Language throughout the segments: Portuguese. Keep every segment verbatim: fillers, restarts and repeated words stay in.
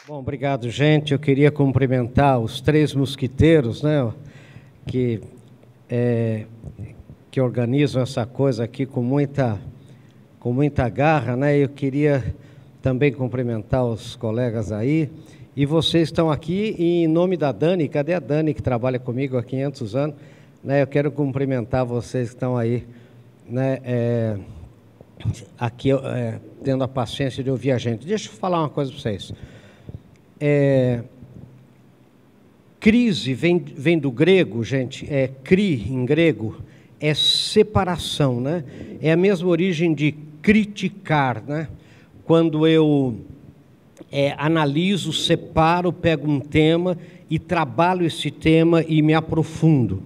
Bom, obrigado, gente. Eu queria cumprimentar os três mosquiteiros, né, que, é, que organizam essa coisa aqui com muita, com muita garra, né? Eu queria também cumprimentar os colegas aí. E vocês estão aqui em nome da Dani. Cadê a Dani, que trabalha comigo há quinhentos anos? Né, eu quero cumprimentar vocês que estão aí, né, é, aqui, é, tendo a paciência de ouvir a gente. Deixa eu falar uma coisa para vocês. É, crise vem, vem do grego, gente, é cri em grego, é separação, né? É a mesma origem de criticar, né? Quando eu é, analiso, separo, pego um tema e trabalho esse tema e me aprofundo.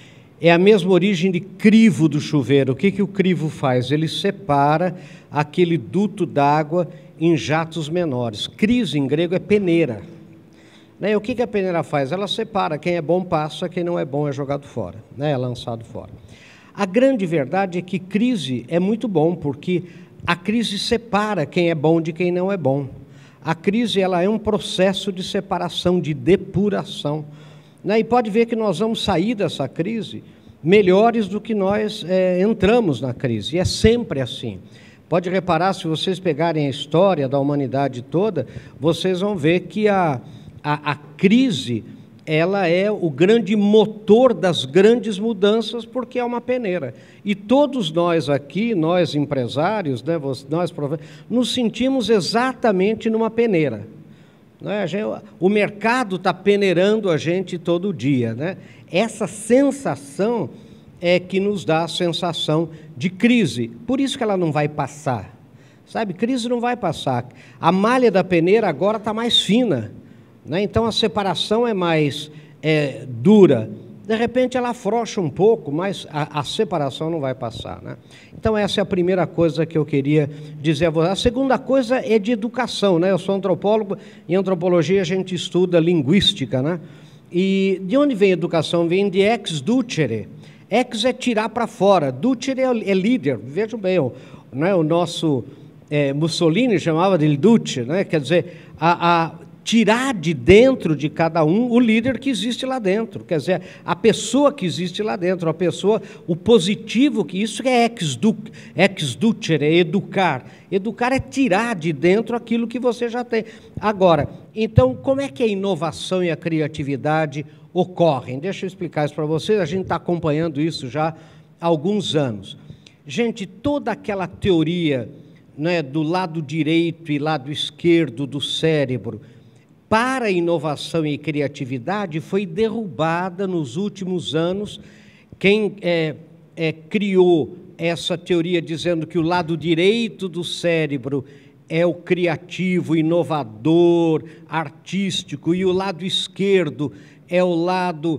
É a mesma origem de crivo do chuveiro. O que, que o crivo faz? Ele separa aquele duto d'água em jatos menores. Crise, em grego, é peneira. Né? O que, que a peneira faz? Ela separa. Quem é bom passa, quem não é bom é jogado fora, né? É lançado fora. A grande verdade é que crise é muito bom, porque a crise separa quem é bom de quem não é bom. A crise ela é um processo de separação, de depuração. Né? E pode ver que nós vamos sair dessa crise melhores do que nós é, entramos na crise. E é sempre assim. Pode reparar, se vocês pegarem a história da humanidade toda, vocês vão ver que a, a, a crise ela é o grande motor das grandes mudanças, porque é uma peneira. E todos nós aqui, nós empresários, né, nós nos sentimos exatamente numa peneira. Né? O mercado está peneirando a gente todo dia. Né? Essa sensação é que nos dá a sensação de crise. Por isso que ela não vai passar. Sabe, crise não vai passar. A malha da peneira agora está mais fina. Né? Então, a separação é mais é, dura. De repente, ela afrouxa um pouco, mas a, a separação não vai passar. Né? Então, essa é a primeira coisa que eu queria dizer a você. A segunda coisa é de educação. Né? Eu sou antropólogo, em antropologia a gente estuda linguística. Né? E de onde vem a educação? Vem de ex ducere. Ex é tirar para fora, ducere é líder. Vejam bem, o, né, o nosso é, Mussolini chamava de duce, né, quer dizer, a, a, tirar de dentro de cada um o líder que existe lá dentro, quer dizer, a pessoa que existe lá dentro, a pessoa, o positivo, que isso é ex, du, ex ducere, é educar. Educar é tirar de dentro aquilo que você já tem. Agora, então, como é que a inovação e a criatividade ocorrem? Deixa eu explicar isso para vocês, a gente está acompanhando isso já há alguns anos. Gente, toda aquela teoria, né, do lado direito e lado esquerdo do cérebro para a inovação e criatividade foi derrubada nos últimos anos. Quem é, é, criou essa teoria dizendo que o lado direito do cérebro é o criativo, inovador, artístico, e o lado esquerdo é o lado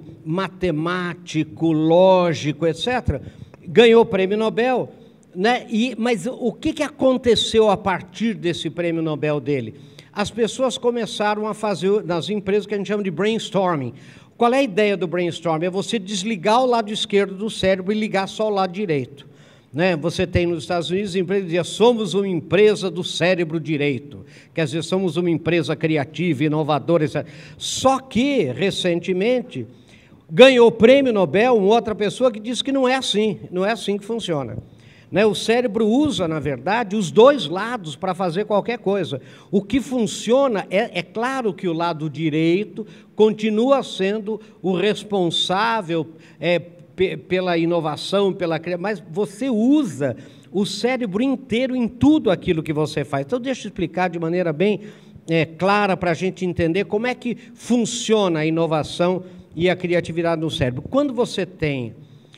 matemático, lógico, etcétera, ganhou o prêmio Nobel. Né? E, mas o que, que aconteceu a partir desse prêmio Nobel dele? As pessoas começaram a fazer, nas empresas, que a gente chama de brainstorming. Qual é a ideia do brainstorming? É você desligar o lado esquerdo do cérebro e ligar só o lado direito. Né? Você tem nos Estados Unidos, a empresa dizia, somos uma empresa do cérebro direito. Quer dizer, somos uma empresa criativa, inovadora, etcétera. Só que, recentemente, ganhou o prêmio Nobel uma outra pessoa que disse que não é assim, não é assim que funciona. Né? O cérebro usa, na verdade, os dois lados para fazer qualquer coisa. O que funciona, é, é claro que o lado direito continua sendo o responsável é, pela inovação, pela criação, mas você usa o cérebro inteiro em tudo aquilo que você faz. Então, deixa eu explicar de maneira bem é, clara para a gente entender como é que funciona a inovação e a criatividade no cérebro. Quando você tem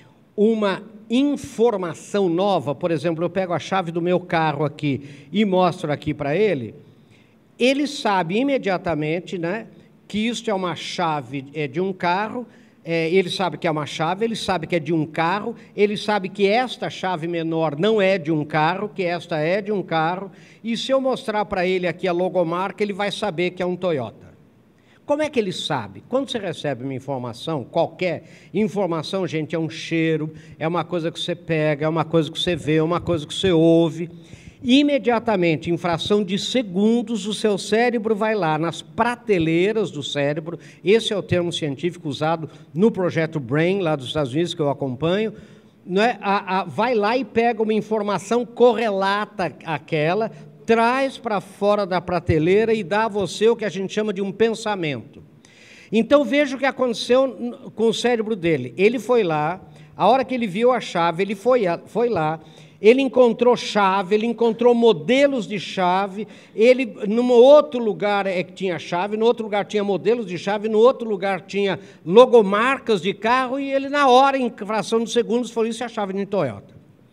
uma informação nova, por exemplo, eu pego a chave do meu carro aqui e mostro aqui para ele, ele sabe imediatamente, né, que isso é uma chave é, de um carro. É, ele sabe que é uma chave, ele sabe que é de um carro, ele sabe que esta chave menor não é de um carro, que esta é de um carro, e se eu mostrar para ele aqui a logomarca, ele vai saber que é um Toyota. Como é que ele sabe? Quando você recebe uma informação, qualquer informação, gente, é um cheiro, é uma coisa que você pega, é uma coisa que você vê, é uma coisa que você ouve. Imediatamente, em fração de segundos, o seu cérebro vai lá nas prateleiras do cérebro, esse é o termo científico usado no projeto Brain, lá dos Estados Unidos, que eu acompanho, não é? a, a, vai lá e pega uma informação, correlata àquela, traz para fora da prateleira e dá a você o que a gente chama de um pensamento. Então, veja o que aconteceu com o cérebro dele. Ele foi lá, a hora que ele viu a chave, ele foi, foi lá, ele encontrou chave, ele encontrou modelos de chave, ele, num outro lugar é que tinha chave, no outro lugar tinha modelos de chave, no outro lugar tinha logomarcas de carro, e ele, na hora, em fração de segundos, falou, isso é a chave de Toyota.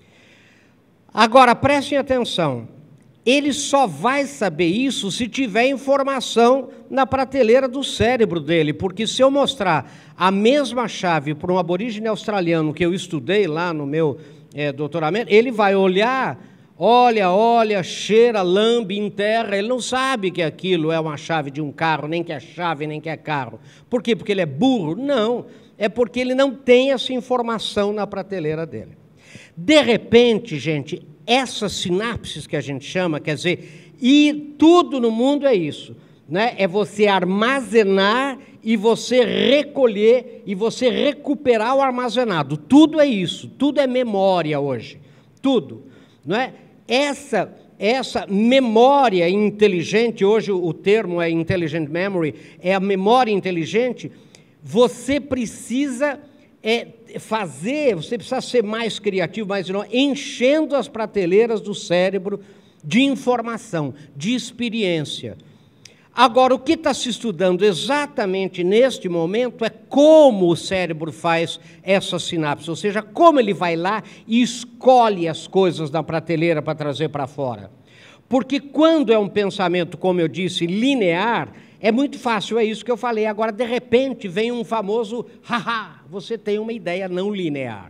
Agora, prestem atenção, ele só vai saber isso se tiver informação na prateleira do cérebro dele, porque se eu mostrar a mesma chave para um aborígene australiano que eu estudei lá no meu é, doutoramento, ele vai olhar, olha, olha, cheira, lambe, enterra, ele não sabe que aquilo é uma chave de um carro, nem que é chave, nem que é carro. Por quê? Porque ele é burro? Não, é porque ele não tem essa informação na prateleira dele. De repente, gente, essas sinapses que a gente chama, quer dizer, e tudo no mundo é isso, né? É você armazenar e você recolher e você recuperar o armazenado. Tudo é isso, tudo é memória hoje, tudo, não é? Essa, essa memória inteligente, hoje o termo é intelligent memory, é a memória inteligente, você precisa é, fazer, você precisa ser mais criativo, mais inovador, enchendo as prateleiras do cérebro de informação, de experiência. Agora, o que está se estudando exatamente neste momento é como o cérebro faz essa sinapse, ou seja, como ele vai lá e escolhe as coisas da prateleira para trazer para fora. Porque quando é um pensamento, como eu disse, linear, é muito fácil, é isso que eu falei. Agora, de repente, vem um famoso, haha, você tem uma ideia não linear.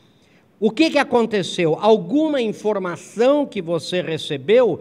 O que, que aconteceu? Alguma informação que você recebeu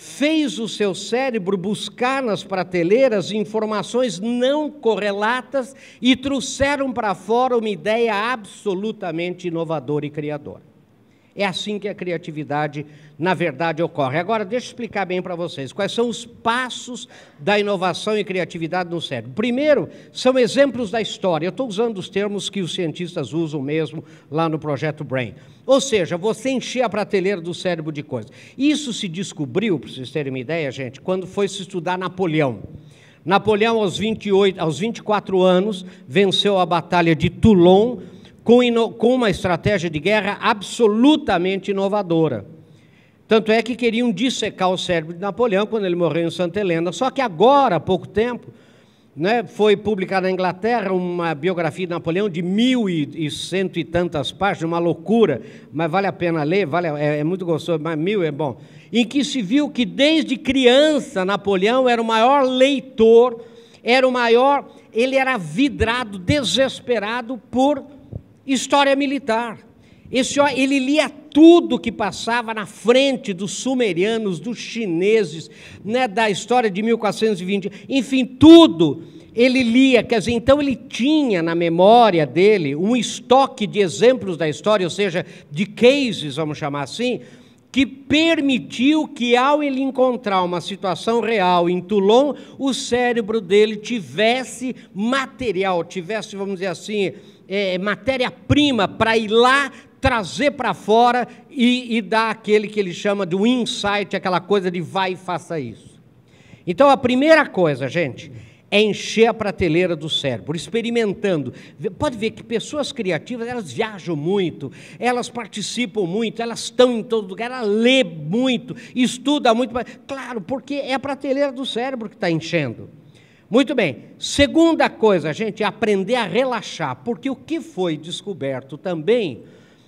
fez o seu cérebro buscar nas prateleiras informações não correlatas e trouxeram para fora uma ideia absolutamente inovadora e criadora. É assim que a criatividade, na verdade, ocorre. Agora, deixa eu explicar bem para vocês quais são os passos da inovação e criatividade no cérebro. Primeiro, são exemplos da história. Eu estou usando os termos que os cientistas usam mesmo lá no Projeto Brain. Ou seja, você encher a prateleira do cérebro de coisas. Isso se descobriu, para vocês terem uma ideia, gente, quando foi se estudar Napoleão. Napoleão, aos, vinte e oito, aos vinte e quatro anos, venceu a Batalha de Toulon, Com, ino, com uma estratégia de guerra absolutamente inovadora. Tanto é que queriam dissecar o cérebro de Napoleão quando ele morreu em Santa Helena. Só que agora, há pouco tempo, né, foi publicada na Inglaterra uma biografia de Napoleão de mil e cento e tantas páginas, uma loucura, mas vale a pena ler, vale, é, é muito gostoso, mas mil é bom, em que se viu que desde criança Napoleão era o maior leitor, era o maior, ele era vidrado, desesperado por história militar. Esse, ele lia tudo que passava na frente dos sumerianos, dos chineses, né, da história de mil quatrocentos e vinte, enfim, tudo ele lia. Quer dizer, então ele tinha na memória dele um estoque de exemplos da história, ou seja, de cases, vamos chamar assim, que permitiu que, ao ele encontrar uma situação real em Toulon, o cérebro dele tivesse material, tivesse, vamos dizer assim, É, matéria-prima para ir lá, trazer para fora e, e dar aquele que ele chama do insight, aquela coisa de vai e faça isso. Então, a primeira coisa, gente, é encher a prateleira do cérebro, experimentando. Pode ver que pessoas criativas, elas viajam muito, elas participam muito, elas estão em todo lugar, ela lê muito, estuda muito. Claro, porque é a prateleira do cérebro que está enchendo. Muito bem. Segunda coisa, gente, é aprender a relaxar, porque o que foi descoberto também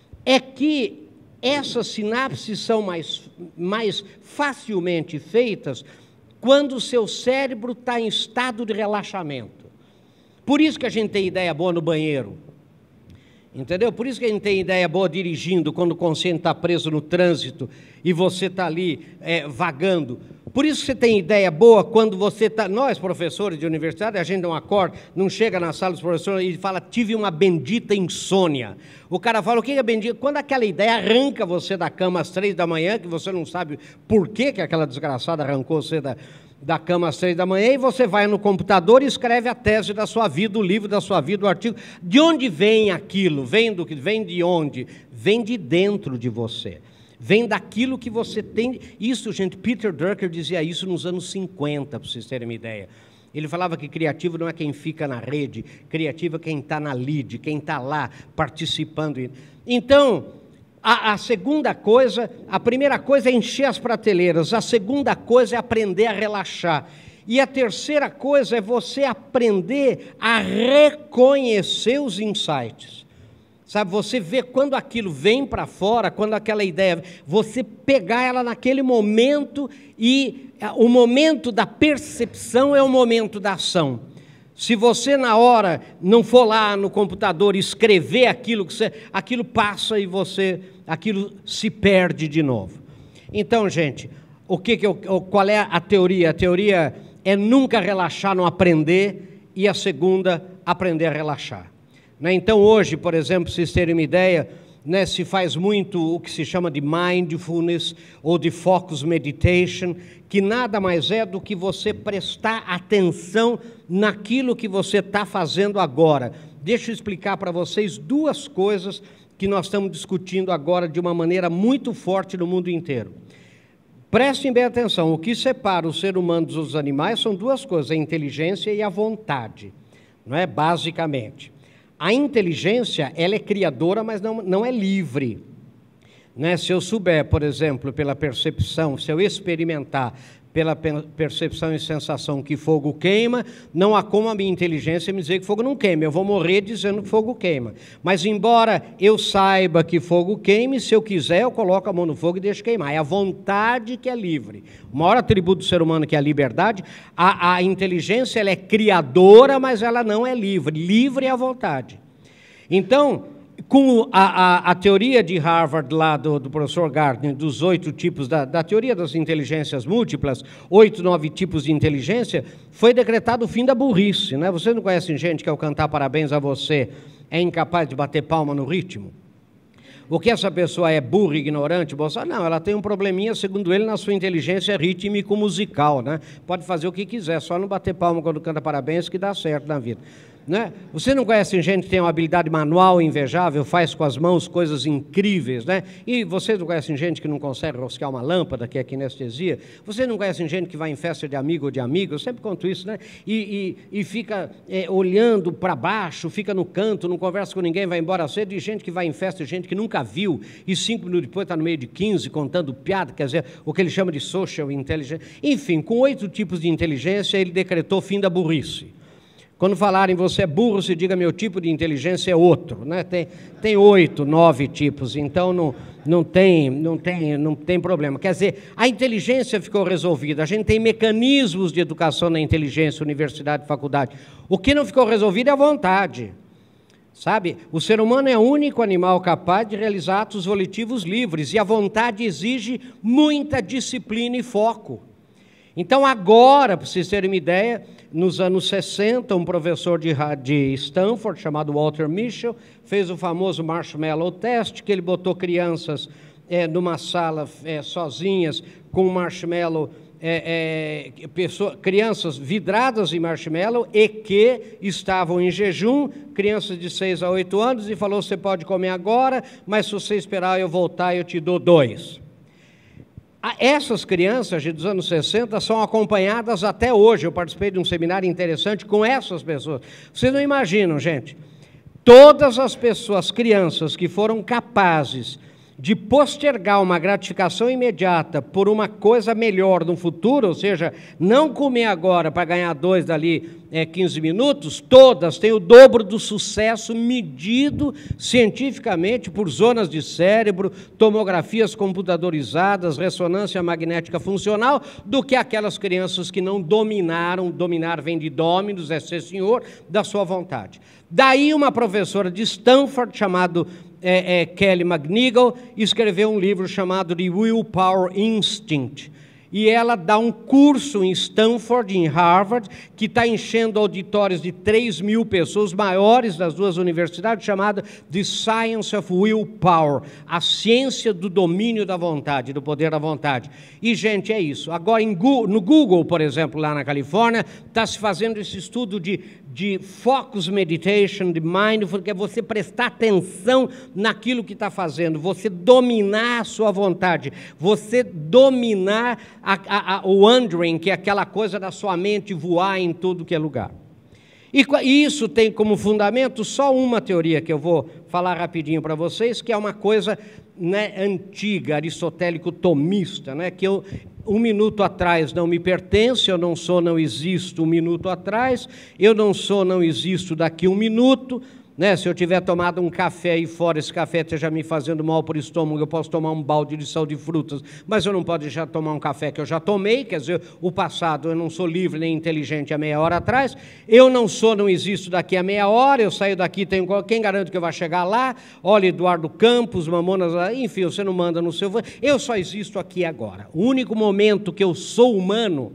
é que essas sinapses são mais, mais facilmente feitas quando o seu cérebro está em estado de relaxamento. Por isso que a gente tem ideia boa no banheiro, entendeu? Por isso que a gente tem ideia boa dirigindo, quando o consciente está preso no trânsito e você está ali é, vagando. Por isso que você tem ideia boa quando você está... Nós, professores de universidade, a gente não acorda, não chega na sala dos professores e fala, tive uma bendita insônia. O cara fala, o que é bendita? Quando aquela ideia arranca você da cama às três da manhã, que você não sabe por que, que aquela desgraçada arrancou você da, da cama às três da manhã, e você vai no computador e escreve a tese da sua vida, o livro da sua vida, o artigo. De onde vem aquilo? Vem, do, vem de onde? Vem de dentro de você. Vem daquilo que você tem. Isso, gente, Peter Drucker dizia isso nos anos cinquenta, para vocês terem uma ideia. Ele falava que criativo não é quem fica na rede, criativo é quem está na lead, quem está lá participando. Então, a, a segunda coisa, a primeira coisa é encher as prateleiras, a segunda coisa é aprender a relaxar. E a terceira coisa é você aprender a reconhecer os insights. Sabe, você vê quando aquilo vem para fora, quando aquela ideia, você pegar ela naquele momento e o momento da percepção é o momento da ação. Se você na hora não for lá no computador escrever aquilo, que você, aquilo passa e você, aquilo se perde de novo. Então, gente, o que que eu, qual é a teoria? A teoria é nunca relaxar no aprender e a segunda, aprender a relaxar. Então, hoje, por exemplo, para vocês terem uma ideia, né, se faz muito o que se chama de mindfulness ou de focus meditation, que nada mais é do que você prestar atenção naquilo que você está fazendo agora. Deixa eu explicar para vocês duas coisas que nós estamos discutindo agora de uma maneira muito forte no mundo inteiro. Prestem bem atenção, o que separa o ser humano dos outros animais são duas coisas, a inteligência e a vontade, não é? Basicamente. A inteligência, ela é criadora, mas não, não é livre. Né? Se eu souber, por exemplo, pela percepção, se eu experimentar pela percepção e sensação que fogo queima, não há como a minha inteligência me dizer que fogo não queima. Eu vou morrer dizendo que fogo queima. Mas, embora eu saiba que fogo queime, se eu quiser, eu coloco a mão no fogo e deixo queimar. É a vontade que é livre. O maior atributo do ser humano, que é a liberdade, a, a inteligência ela é criadora, mas ela não é livre. Livre é a vontade. Então, com a, a, a teoria de Harvard, lá do, do professor Gardner, dos oito tipos, da, da teoria das inteligências múltiplas, oito, nove tipos de inteligência, foi decretado o fim da burrice. Né? Vocês não conhecem gente que, ao cantar parabéns a você, é incapaz de bater palma no ritmo? O que essa pessoa é burra, ignorante, bolsa? Não, ela tem um probleminha, segundo ele, na sua inteligência rítmico-musical. Né? Pode fazer o que quiser, só não bater palma quando canta parabéns, que dá certo na vida. Né? Você não conhece gente que tem uma habilidade manual invejável, faz com as mãos coisas incríveis, né? E vocês não conhecem gente que não consegue rosquear uma lâmpada, que é kinestesia? Vocês não conhecem gente que vai em festa de amigo ou de amigo? Eu sempre conto isso, né? E, e, e fica é, olhando para baixo, fica no canto, não conversa com ninguém, vai embora cedo, e gente que vai em festa, gente que nunca viu, e cinco minutos depois está no meio de quinze contando piada, quer dizer, o que ele chama de social intelligence. Enfim, com oito tipos de inteligência, ele decretou o fim da burrice. Quando falarem você é burro, se diga meu tipo de inteligência é outro, né? Tem, tem oito, nove tipos, então não, não, tem, não, tem, não tem problema. Quer dizer, a inteligência ficou resolvida, a gente tem mecanismos de educação na inteligência, universidade, faculdade. O que não ficou resolvido é a vontade, sabe? O ser humano é o único animal capaz de realizar atos volitivos livres, e a vontade exige muita disciplina e foco. Então, agora, para vocês terem uma ideia, nos anos sessenta, um professor de, de Stanford, chamado Walter Mischel, fez o famoso Marshmallow Test, que ele botou crianças é, numa sala é, sozinhas, com marshmallow, é, é, pessoa, crianças vidradas em marshmallow e que estavam em jejum, crianças de seis a oito anos, e falou, você pode comer agora, mas se você esperar eu voltar, eu te dou dois. Essas crianças dos anos sessenta são acompanhadas até hoje. Eu participei de um seminário interessante com essas pessoas. Vocês não imaginam, gente, todas as pessoas, crianças que foram capazes de postergar uma gratificação imediata por uma coisa melhor no futuro, ou seja, não comer agora para ganhar dois dali é, quinze minutos, todas têm o dobro do sucesso medido cientificamente por zonas de cérebro, tomografias computadorizadas, ressonância magnética funcional, do que aquelas crianças que não dominaram, dominar vem de dominus, é ser senhor, da sua vontade. Daí uma professora de Stanford, chamada É, é, Kelly McNeagle, escreveu um livro chamado The Willpower Instinct. e ela dá um curso em Stanford, em Harvard, que está enchendo auditórios de três mil pessoas, maiores das duas universidades, chamada The Science of Willpower, a ciência do domínio da vontade, do poder da vontade. E, gente, é isso. Agora, em, no Google, por exemplo, lá na Califórnia, está se fazendo esse estudo de, de focus meditation, de mindfulness, que é você prestar atenção naquilo que está fazendo, você dominar a sua vontade, você dominar a, a, a, o wandering, que é aquela coisa da sua mente voar em tudo que é lugar. E, e isso tem como fundamento só uma teoria que eu vou falar rapidinho para vocês, que é uma coisa, né, antiga, aristotélico-tomista, né, que eu, um minuto atrás não me pertence, eu não sou, não existo um minuto atrás, eu não sou, não existo daqui um minuto. Né? Se eu tiver tomado um café aí fora, esse café esteja me fazendo mal por estômago, eu posso tomar um balde de sal de frutas, mas eu não posso deixar de tomar um café que eu já tomei, quer dizer, o passado, eu não sou livre nem inteligente há meia hora atrás, eu não sou, não existo daqui a meia hora, eu saio daqui, tenho, quem garante que eu vou chegar lá? Olha, Eduardo Campos, Mamonas, enfim, você não manda no seu... Eu só existo aqui agora. O único momento que eu sou humano,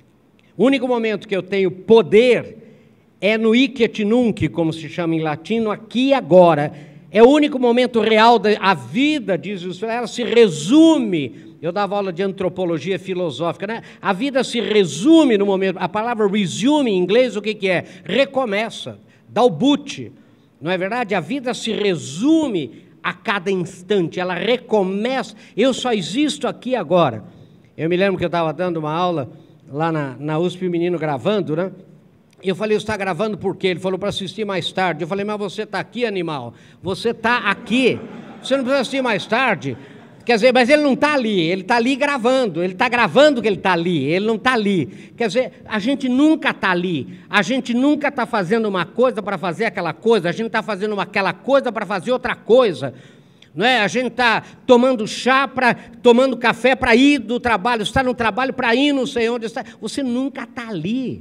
o único momento que eu tenho poder... é no hic et nunc, como se chama em latino, aqui e agora. É o único momento real da a vida, diz o Senhor, ela se resume. Eu dava aula de antropologia filosófica, né? A vida se resume no momento. A palavra resume em inglês, o que, que é? Recomeça, dá o boot. Não é verdade? A vida se resume a cada instante, ela recomeça. Eu só existo aqui agora. Eu me lembro que eu estava dando uma aula lá na, na U S P, o menino gravando, né? Eu falei, você está gravando por quê? Ele falou, para assistir mais tarde. Eu falei, mas você está aqui, animal? Você está aqui. Você não precisa assistir mais tarde. Quer dizer, mas ele não está ali, ele está ali gravando. Ele está gravando que ele está ali, ele não está ali. Quer dizer, a gente nunca está ali. A gente nunca está fazendo uma coisa para fazer aquela coisa. A gente está fazendo uma, aquela coisa para fazer outra coisa. Não é? A gente está tomando chá, pra, tomando café para ir do trabalho. Está no trabalho para ir não sei onde está. Você nunca está ali.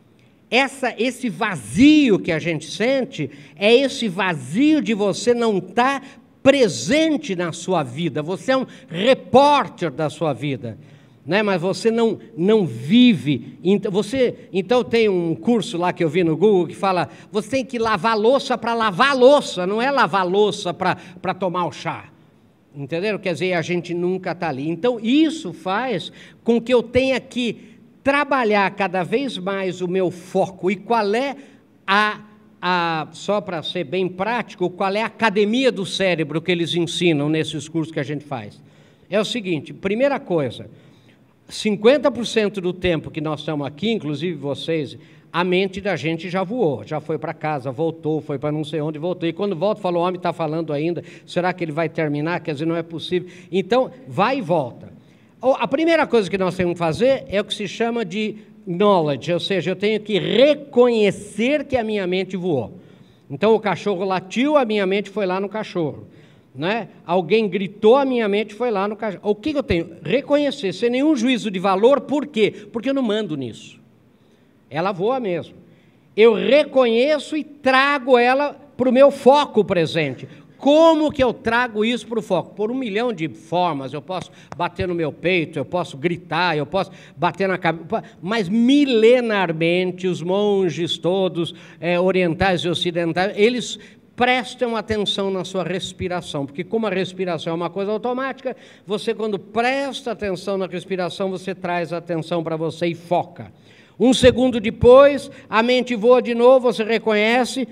Essa, esse vazio que a gente sente é esse vazio de você não estar presente na sua vida. Você é um repórter da sua vida, né? Mas você não, não vive. Você, então tem um curso lá que eu vi no Google que fala, você tem que lavar louça para lavar louça, não é lavar louça para, para tomar o chá. Entenderam? Quer dizer, a gente nunca está ali. Então isso faz com que eu tenha que trabalhar cada vez mais o meu foco. E qual é a, a só para ser bem prático, qual é a academia do cérebro que eles ensinam nesses cursos que a gente faz? É o seguinte, primeira coisa, cinquenta por cento do tempo que nós estamos aqui, inclusive vocês, a mente da gente já voou, já foi para casa, voltou, foi para não sei onde, voltou. E quando volta, fala, o homem está falando ainda, será que ele vai terminar? Quer dizer, não é possível. Então, vai e volta. A primeira coisa que nós temos que fazer é o que se chama de knowledge, ou seja, eu tenho que reconhecer que a minha mente voou. Então, o cachorro latiu, a minha mente foi lá no cachorro. Né? Alguém gritou, a minha mente foi lá no cachorro. O que eu tenho? Reconhecer, sem nenhum juízo de valor, por quê? Porque eu não mando nisso. Ela voa mesmo. Eu reconheço e trago ela para o meu foco presente. Como que eu trago isso para o foco? Por um milhão de formas. Eu posso bater no meu peito, eu posso gritar, eu posso bater na cabeça. Mas milenarmente os monges todos, é, orientais e ocidentais, eles prestam atenção na sua respiração. Porque como a respiração é uma coisa automática, você quando presta atenção na respiração, você traz a atenção para você e foca. Um segundo depois, a mente voa de novo, você reconhece...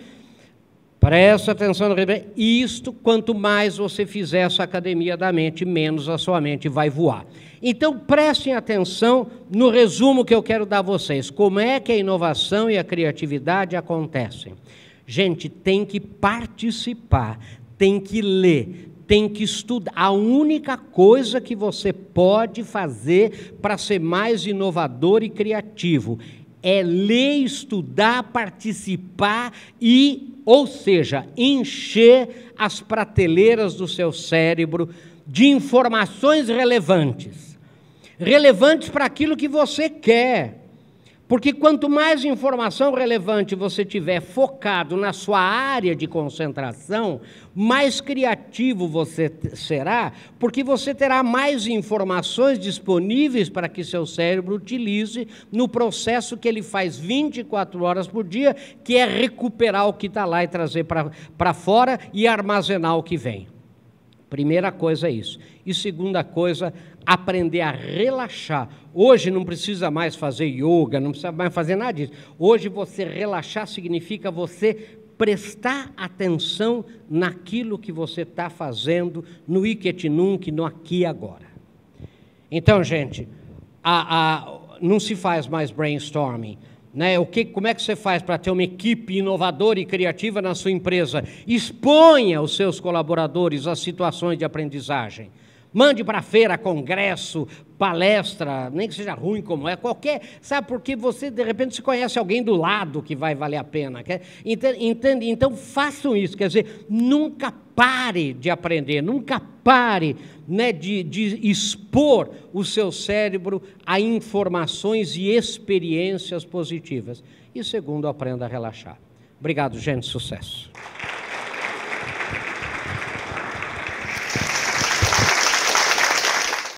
Presta atenção no replay. Isto, quanto mais você fizer essa academia da mente, menos a sua mente vai voar. Então, prestem atenção no resumo que eu quero dar a vocês. Como é que a inovação e a criatividade acontecem? Gente, tem que participar, tem que ler, tem que estudar. A única coisa que você pode fazer para ser mais inovador e criativo é ler, estudar, participar e... ou seja, encher as prateleiras do seu cérebro de informações relevantes. Relevantes para aquilo que você quer. Porque quanto mais informação relevante você tiver focado na sua área de concentração, mais criativo você será, porque você terá mais informações disponíveis para que seu cérebro utilize no processo que ele faz vinte e quatro horas por dia, que é recuperar o que está lá e trazer para fora e armazenar o que vem. Primeira coisa é isso. E segunda coisa, aprender a relaxar. Hoje não precisa mais fazer yoga, não precisa mais fazer nada disso. Hoje você relaxar significa você prestar atenção naquilo que você está fazendo, no Iket Nunc, no aqui e agora. Então, gente, a, a, não se faz mais brainstorming. Né? O que, como é que você faz para ter uma equipe inovadora e criativa na sua empresa? Exponha os seus colaboradores às situações de aprendizagem. Mande para feira, congresso, palestra, nem que seja ruim como é, qualquer... Sabe, porque você, de repente, se conhece alguém do lado que vai valer a pena. Entende? Então, façam isso. Quer dizer, nunca pare de aprender, nunca pare, né, de, de expor o seu cérebro a informações e experiências positivas. E segundo, aprenda a relaxar. Obrigado, gente. Sucesso.